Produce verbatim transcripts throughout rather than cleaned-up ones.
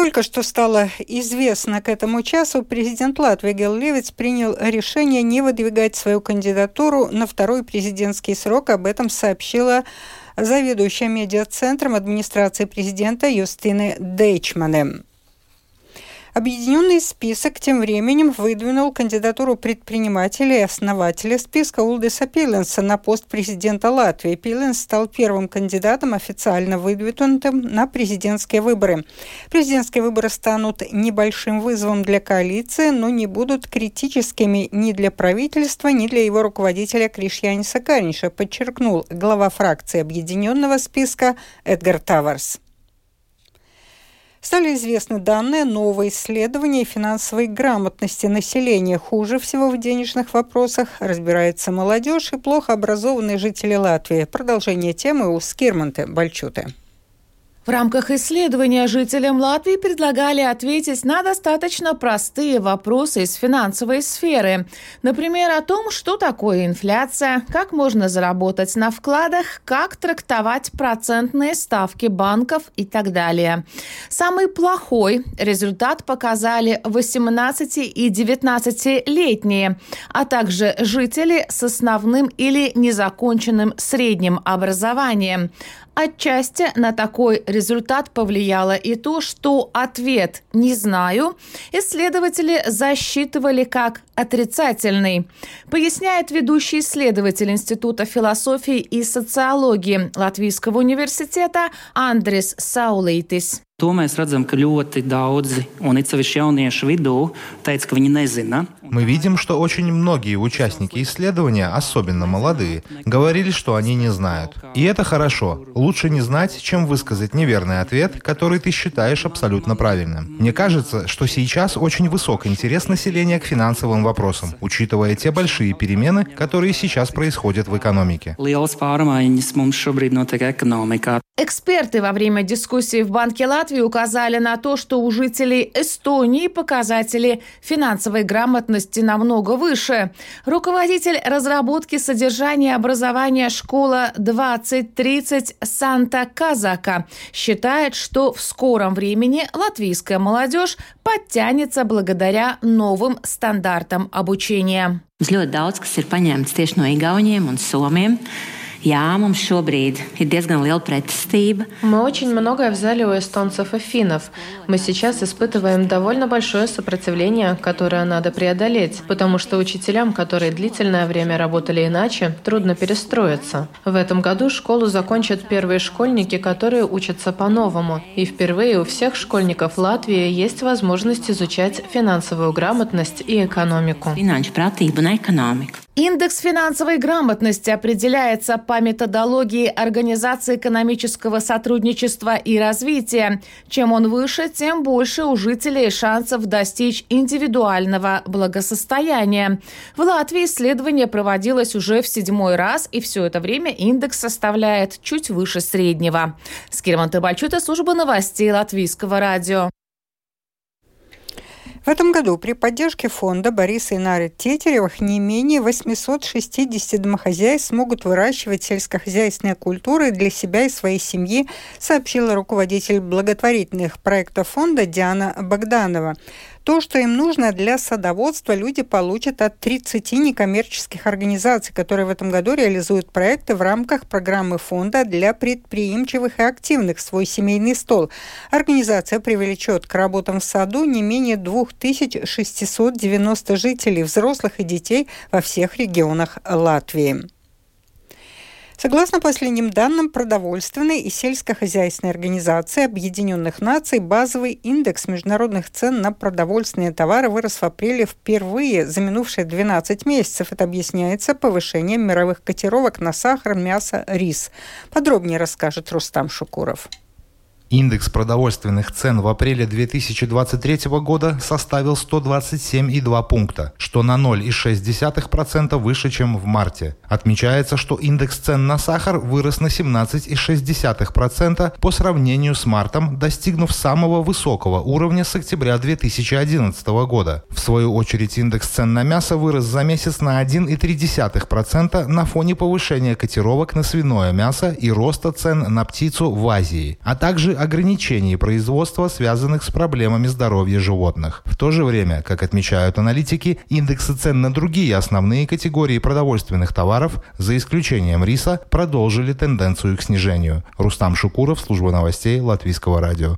Только что стало известно к этому часу, президент Латвии Эгил Левитс принял решение не выдвигать свою кандидатуру на второй президентский срок. Об этом сообщила заведующая медиацентром администрации президента Юстина Дейчмане. Объединенный список тем временем выдвинул кандидатуру предпринимателя и основателя списка Улдиса Пиленса на пост президента Латвии. Пиленс стал первым кандидатом, официально выдвинутым на президентские выборы. Президентские выборы станут небольшим вызовом для коалиции, но не будут критическими ни для правительства, ни для его руководителя Кришьяниса Кариньша, подчеркнул глава фракции объединенного списка Эдгар Таварс. Стали известны данные нового исследования финансовой грамотности населения. Хуже всего в денежных вопросах разбирается молодежь и плохо образованные жители Латвии. Продолжение темы у Скирманты Бальчуты. В рамках исследования жителям Латвии предлагали ответить на достаточно простые вопросы из финансовой сферы. Например, о том, что такое инфляция, как можно заработать на вкладах, как трактовать процентные ставки банков и так далее. Самый плохой результат показали восемнадцати- и девятнадцатилетние, а также жители с основным или незаконченным средним образованием. Отчасти на такой результат повлияло и то, что ответ «не знаю» исследователи засчитывали как отрицательный. Поясняет ведущий исследователь Института философии и социологии Латвийского университета Андрис Saulītis. To mēs redzam, ka ļoti daudzi, un it sevišķi jauniešu vidū, teica, ka viņi nezina. Мы видим, что очень многие участники исследования, особенно молодые, говорили, что они не знают. И это хорошо. Лучше не знать, чем высказать неверный ответ, который ты считаешь абсолютно правильным. Мне кажется, что сейчас очень высок интерес населения к финансовым вопросам, учитывая те большие перемены, которые сейчас происходят в экономике. Эксперты во время дискуссии в Банке Латвии указали на то, что у жителей Эстонии показатели финансовой грамотности намного выше. Руководитель разработки содержания и образования школа двадцать тридцать Санта Казака считает, что в скором времени латвийская молодежь подтянется благодаря новым стандартам обучения. Ļoti daudz, kas ir paņemts tieši no Igauniem un Somiem. Jā, mums šobrīd ir diezgan liela pretestība. Мы очень многое взяли у эстонцев и финнов. Мы сейчас испытываем довольно большое сопротивление, которое надо преодолеть, потому что учителям, которые длительное время работали иначе, трудно перестроиться. В этом году школу закончат первые школьники, которые учатся по-новому. И впервые у всех школьников Латвии есть возможность изучать финансовую грамотность и экономику. Finanšu pratību un ekonomiku. Индекс финансовой грамотности определяется по методологии Организации экономического сотрудничества и развития. Чем он выше, тем больше у жителей шансов достичь индивидуального благосостояния. В Латвии исследование проводилось уже в седьмой раз, и все это время индекс составляет чуть выше среднего. Скирманта Бальчута, служба новостей Латвийского радио. В этом году при поддержке фонда Бориса и Нары Тетеревых не менее восемьсот шестьдесят домохозяйств смогут выращивать сельскохозяйственные культуры для себя и своей семьи, сообщила руководитель благотворительных проектов фонда Диана Богданова. То, что им нужно для садоводства, люди получат от тридцати некоммерческих организаций, которые в этом году реализуют проекты в рамках программы фонда для предприимчивых и активных «Свой семейный стол». Организация привлечет к работам в саду не менее две тысячи шестьсот девяносто жителей, взрослых и детей во всех регионах Латвии. Согласно последним данным Продовольственной и сельскохозяйственной организации Объединенных Наций, базовый индекс международных цен на продовольственные товары вырос в апреле впервые за минувшие двенадцать месяцев. Это объясняется повышением мировых котировок на сахар, мясо, рис. Подробнее расскажет Рустам Шукуров. Индекс продовольственных цен в апреле две тысячи двадцать третьего года составил сто двадцать семь и два пункта, что на ноль целых шесть десятых процента выше, чем в марте. Отмечается, что индекс цен на сахар вырос на семнадцать целых шесть десятых процента по сравнению с мартом, достигнув самого высокого уровня с октября две тысячи одиннадцатого года. В свою очередь индекс цен на мясо вырос за месяц на один целых три десятых процента на фоне повышения котировок на свиное мясо и роста цен на птицу в Азии, а также ограничении производства, связанных с проблемами здоровья животных. В то же время, как отмечают аналитики, индексы цен на другие основные категории продовольственных товаров, за исключением риса, продолжили тенденцию к снижению. Рустам Шукуров, служба новостей Латвийского радио.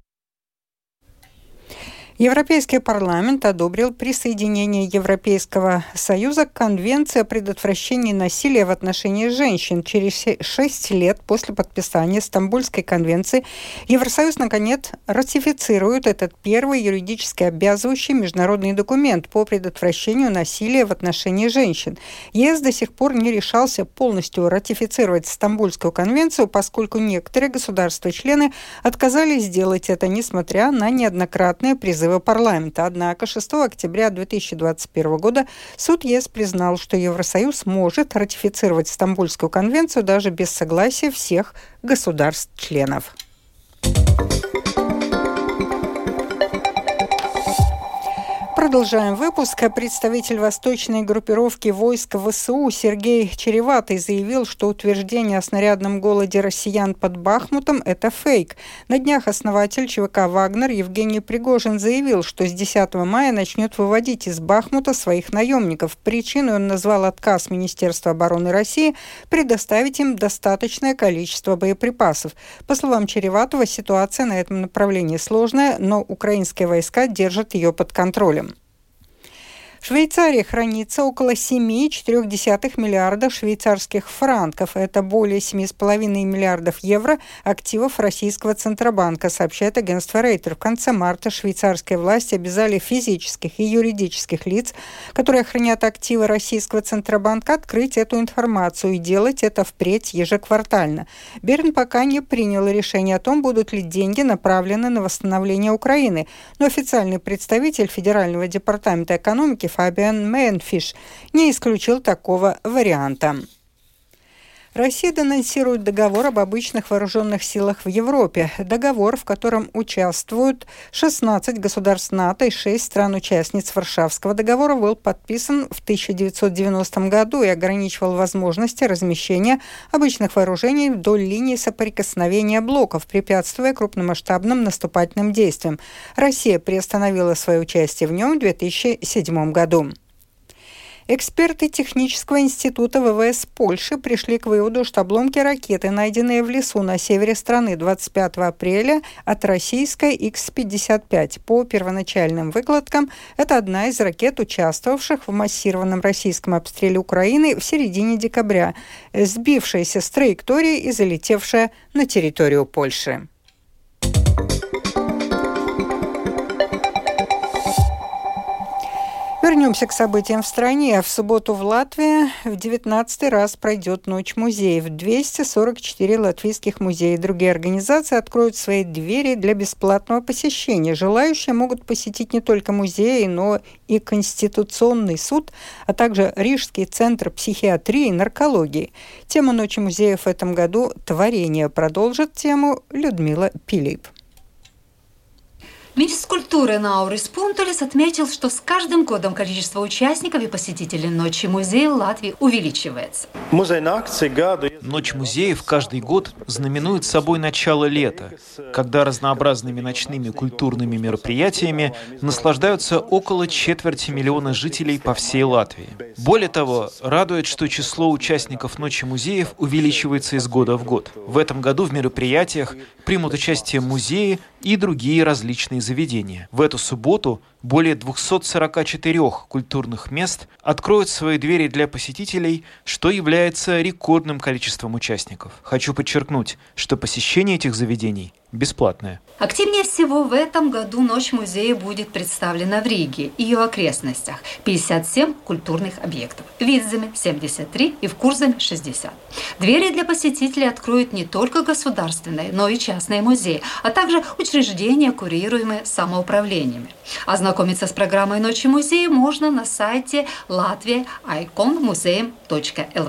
Европейский парламент одобрил присоединение Европейского Союза к Конвенции о предотвращении насилия в отношении женщин. Через шесть лет после подписания Стамбульской конвенции Евросоюз, наконец, ратифицирует этот первый юридически обязывающий международный документ по предотвращению насилия в отношении женщин. ЕС до сих пор не решался полностью ратифицировать Стамбульскую конвенцию, поскольку некоторые государства-члены отказались сделать это, несмотря на неоднократные призывы парламента. Однако шестого октября две тысячи двадцать первого года суд ЕС признал, что Евросоюз может ратифицировать Стамбульскую конвенцию даже без согласия всех государств-членов. Продолжаем выпуск. Представитель восточной группировки войск ВСУ Сергей Череватый заявил, что утверждение о снарядном голоде россиян под Бахмутом – это фейк. На днях основатель ЧВК «Вагнер» Евгений Пригожин заявил, что с десятого мая начнет выводить из Бахмута своих наемников. Причиной он назвал отказ Министерства обороны России предоставить им достаточное количество боеприпасов. По словам Череватого, ситуация на этом направлении сложная, но украинские войска держат ее под контролем. В Швейцарии хранится около семь целых четыре десятых миллиарда швейцарских франков. Это более семь целых пять миллиардов евро активов российского Центробанка, сообщает агентство Рейтер. В конце марта швейцарские власти обязали физических и юридических лиц, которые хранят активы российского Центробанка, открыть эту информацию и делать это впредь ежеквартально. Берн пока не принял решение о том, будут ли деньги направлены на восстановление Украины, но официальный представитель Федерального департамента экономики Фабиан Мейнфиш не исключил такого варианта. Россия денонсирует договор об обычных вооруженных силах в Европе. Договор, в котором участвуют шестнадцать государств НАТО и шесть стран-участниц Варшавского договора, был подписан в тысяча девятьсот девяностом году и ограничивал возможности размещения обычных вооружений вдоль линии соприкосновения блоков, препятствуя крупномасштабным наступательным действиям. Россия приостановила свое участие в нем в две тысячи седьмом году. Эксперты Технического института ВВС Польши пришли к выводу, что обломки ракеты, найденные в лесу на севере страны двадцать пятого апреля, от российской икс пятьдесят пять. По первоначальным выкладкам, это одна из ракет, участвовавших в массированном российском обстреле Украины в середине декабря, сбившаяся с траектории и залетевшая на территорию Польши. Вернемся к событиям в стране. В субботу в Латвии в девятнадцатый раз пройдет Ночь музеев. двести сорок четыре латвийских музея и другие организации откроют свои двери для бесплатного посещения. Желающие могут посетить не только музеи, но и Конституционный суд, а также Рижский центр психиатрии и наркологии. Тема Ночи музеев в этом году «Творение». Продолжит тему Людмила Пилип. Министр культуры Наурис Пунтулис отметил, что с каждым годом количество участников и посетителей Ночи музея Латвии увеличивается. Ночь музеев каждый год знаменует собой начало лета, когда разнообразными ночными культурными мероприятиями наслаждаются около четверти миллиона жителей по всей Латвии. Более того, радует, что число участников Ночи музеев увеличивается из года в год. В этом году в мероприятиях примут участие музеи и другие различные заведения. В эту субботу более двухсот сорока четырёх культурных мест откроют свои двери для посетителей, что является рекордным количеством участников. Хочу подчеркнуть, что посещение этих заведений бесплатное. Активнее всего в этом году Ночь музея будет представлена в Риге и ее окрестностях. пятьдесят семь культурных объектов. В Видземе семьдесят три и в Курзаме шестьдесят. Двери для посетителей откроют не только государственные, но и частные музеи, а также учреждения, курируемые самоуправлениями. Ознакомиться с программой Ночи музея можно на сайте латвия айкон музеем точка эл ви.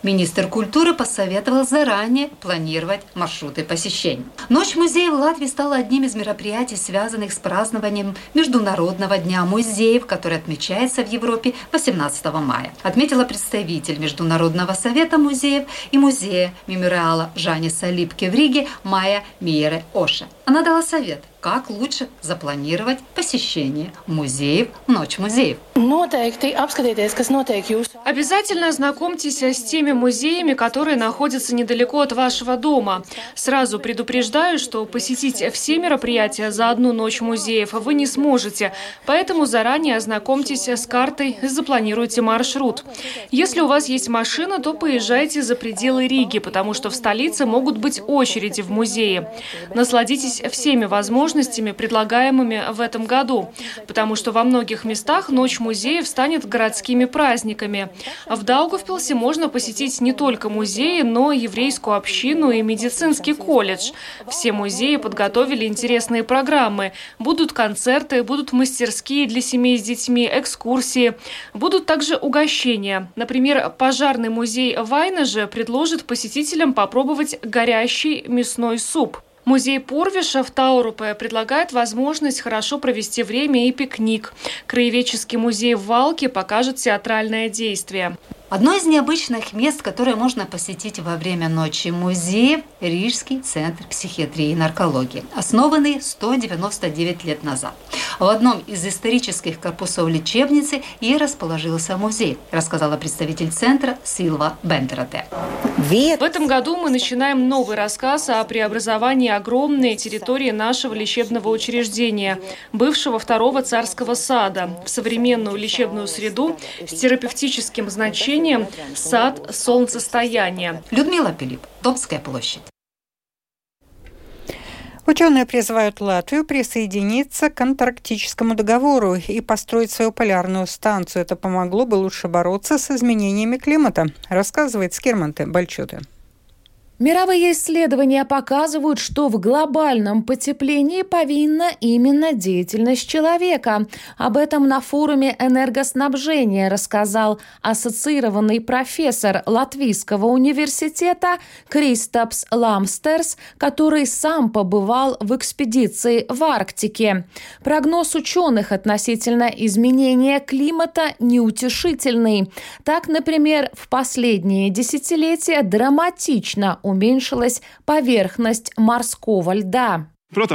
Министр культуры посоветовал заранее планировать маршруты посещений. Ночь музеев в Латвии стала одним из мероприятий, связанных с празднованием Международного дня музеев, который отмечается в Европе восемнадцатого мая. Отметила представитель Международного совета музеев и музея мемориала Жаниса Липке в Риге Майя Миере Оше. Она дала совет, как лучше запланировать посещение музеев в Ночь музеев. Обязательно ознакомьтесь с теми музеями, которые находятся недалеко от вашего дома. Сразу предупреждаю, что посетить все мероприятия за одну ночь музеев вы не сможете, поэтому заранее ознакомьтесь с картой и запланируйте маршрут. Если у вас есть машина, то поезжайте за пределы Риги, потому что в столице могут быть очереди в музее. Насладитесь всеми возможностями, предлагаемыми в этом году, потому что во многих местах Ночь музеев станет городскими праздниками. В Даугавпилсе можно посетить не только музеи, но и еврейскую общину и медицинский колледж. Все музеи подготовили интересные программы. Будут концерты, будут мастерские для семей с детьми, экскурсии. Будут также угощения. Например, пожарный музей в Айнеже предложит посетителям попробовать горящий мясной суп. Музей Порвиша в Таурупе предлагает возможность хорошо провести время и пикник. Краеведческий музей в Валке покажет театральное действие. Одно из необычных мест, которое можно посетить во время Ночи музеев – Рижский центр психиатрии и наркологии, основанный сто девяносто девять лет назад. В одном из исторических корпусов лечебницы и расположился музей, рассказала представитель центра Силва Бендераде. В этом году мы начинаем новый рассказ о преобразовании огромной территории нашего лечебного учреждения, бывшего второго царского сада, в современную лечебную среду с терапевтическим значением «Сад солнцестояния». Людмила Пилип, Домская площадь. Ученые призывают Латвию присоединиться к Антарктическому договору и построить свою полярную станцию. Это помогло бы лучше бороться с изменениями климата, рассказывает Скирманте Бальчуте. Мировые исследования показывают, что в глобальном потеплении повинна именно деятельность человека. Об этом на форуме энергоснабжения рассказал ассоциированный профессор Латвийского университета Кристапс Ламстерс, который сам побывал в экспедиции в Арктике. Прогноз ученых относительно изменения климата неутешительный. Так, например, в последние десятилетия драматично уменьшилась поверхность морского льда.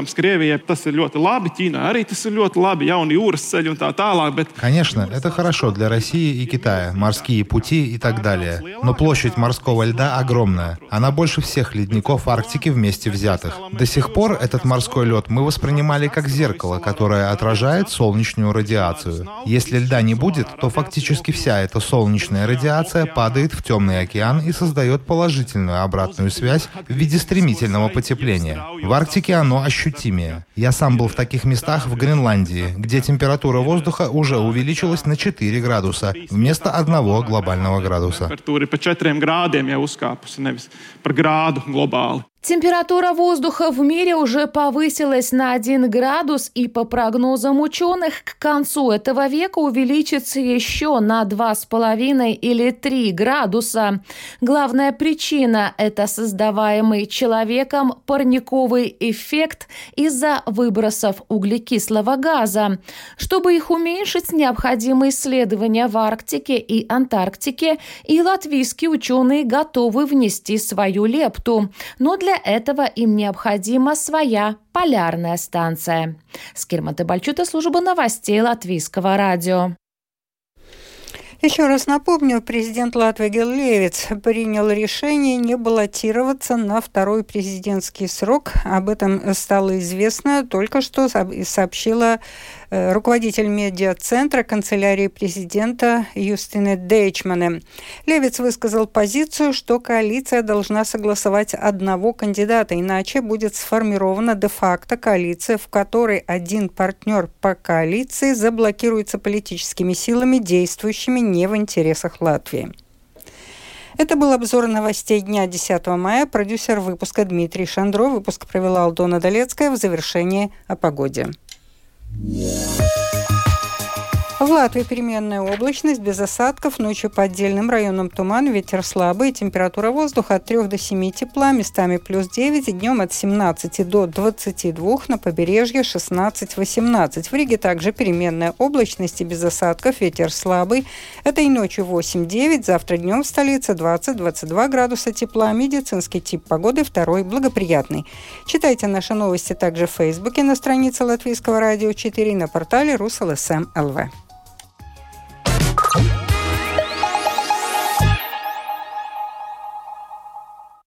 Конечно, это хорошо для России и Китая, морские пути и так далее. Но площадь морского льда огромная. Она больше всех ледников Арктики вместе взятых. До сих пор этот морской лед мы воспринимали как зеркало, которое отражает солнечную радиацию. Если льда не будет, то фактически вся эта солнечная радиация падает в темный океан и создает положительную обратную связь в виде стремительного потепления. В Арктике оно ощутимее. Я сам был в таких местах в Гренландии, где температура воздуха уже увеличилась на четыре градуса вместо одного глобального градуса. Температура воздуха в мире уже повысилась на один градус и, по прогнозам ученых, к концу этого века увеличится еще на два с половиной или три градуса. Главная причина – это создаваемый человеком парниковый эффект из-за выбросов углекислого газа. Чтобы их уменьшить, необходимы исследования в Арктике и Антарктике, и латвийские ученые готовы внести свою лепту. Но для Для этого им необходима своя полярная станция. Скирманте Бальчуте, служба новостей Латвийского радио. Еще раз напомню, президент Латвии Гил Левits принял решение не баллотироваться на второй президентский срок. Об этом стало известно только что, сообщила руководитель медиацентра канцелярии президента Юстине Дейчмане. Левits высказал позицию, что коалиция должна согласовать одного кандидата, иначе будет сформирована де-факто коалиция, в которой один партнер по коалиции заблокируется политическими силами, действующими не в интересах Латвии. Это был обзор новостей дня десятого мая. Продюсер выпуска Дмитрий Шандро. Выпуск провела Алдона Долецкая. В завершении о погоде. В Латвии переменная облачность, без осадков, ночью по отдельным районам туман, ветер слабый, температура воздуха от трёх до семи тепла, местами плюс девять, днем от семнадцати до двадцати двух, на побережье шестнадцать-восемнадцать. В Риге также переменная облачность и без осадков, ветер слабый. Этой ночью восемь-девять, завтра днем в столице двадцать-двадцать два градуса тепла, медицинский тип погоды второй, благоприятный. Читайте наши новости также в Фейсбуке на странице Латвийского радио четыре и на портале Руслсм точка эл ви.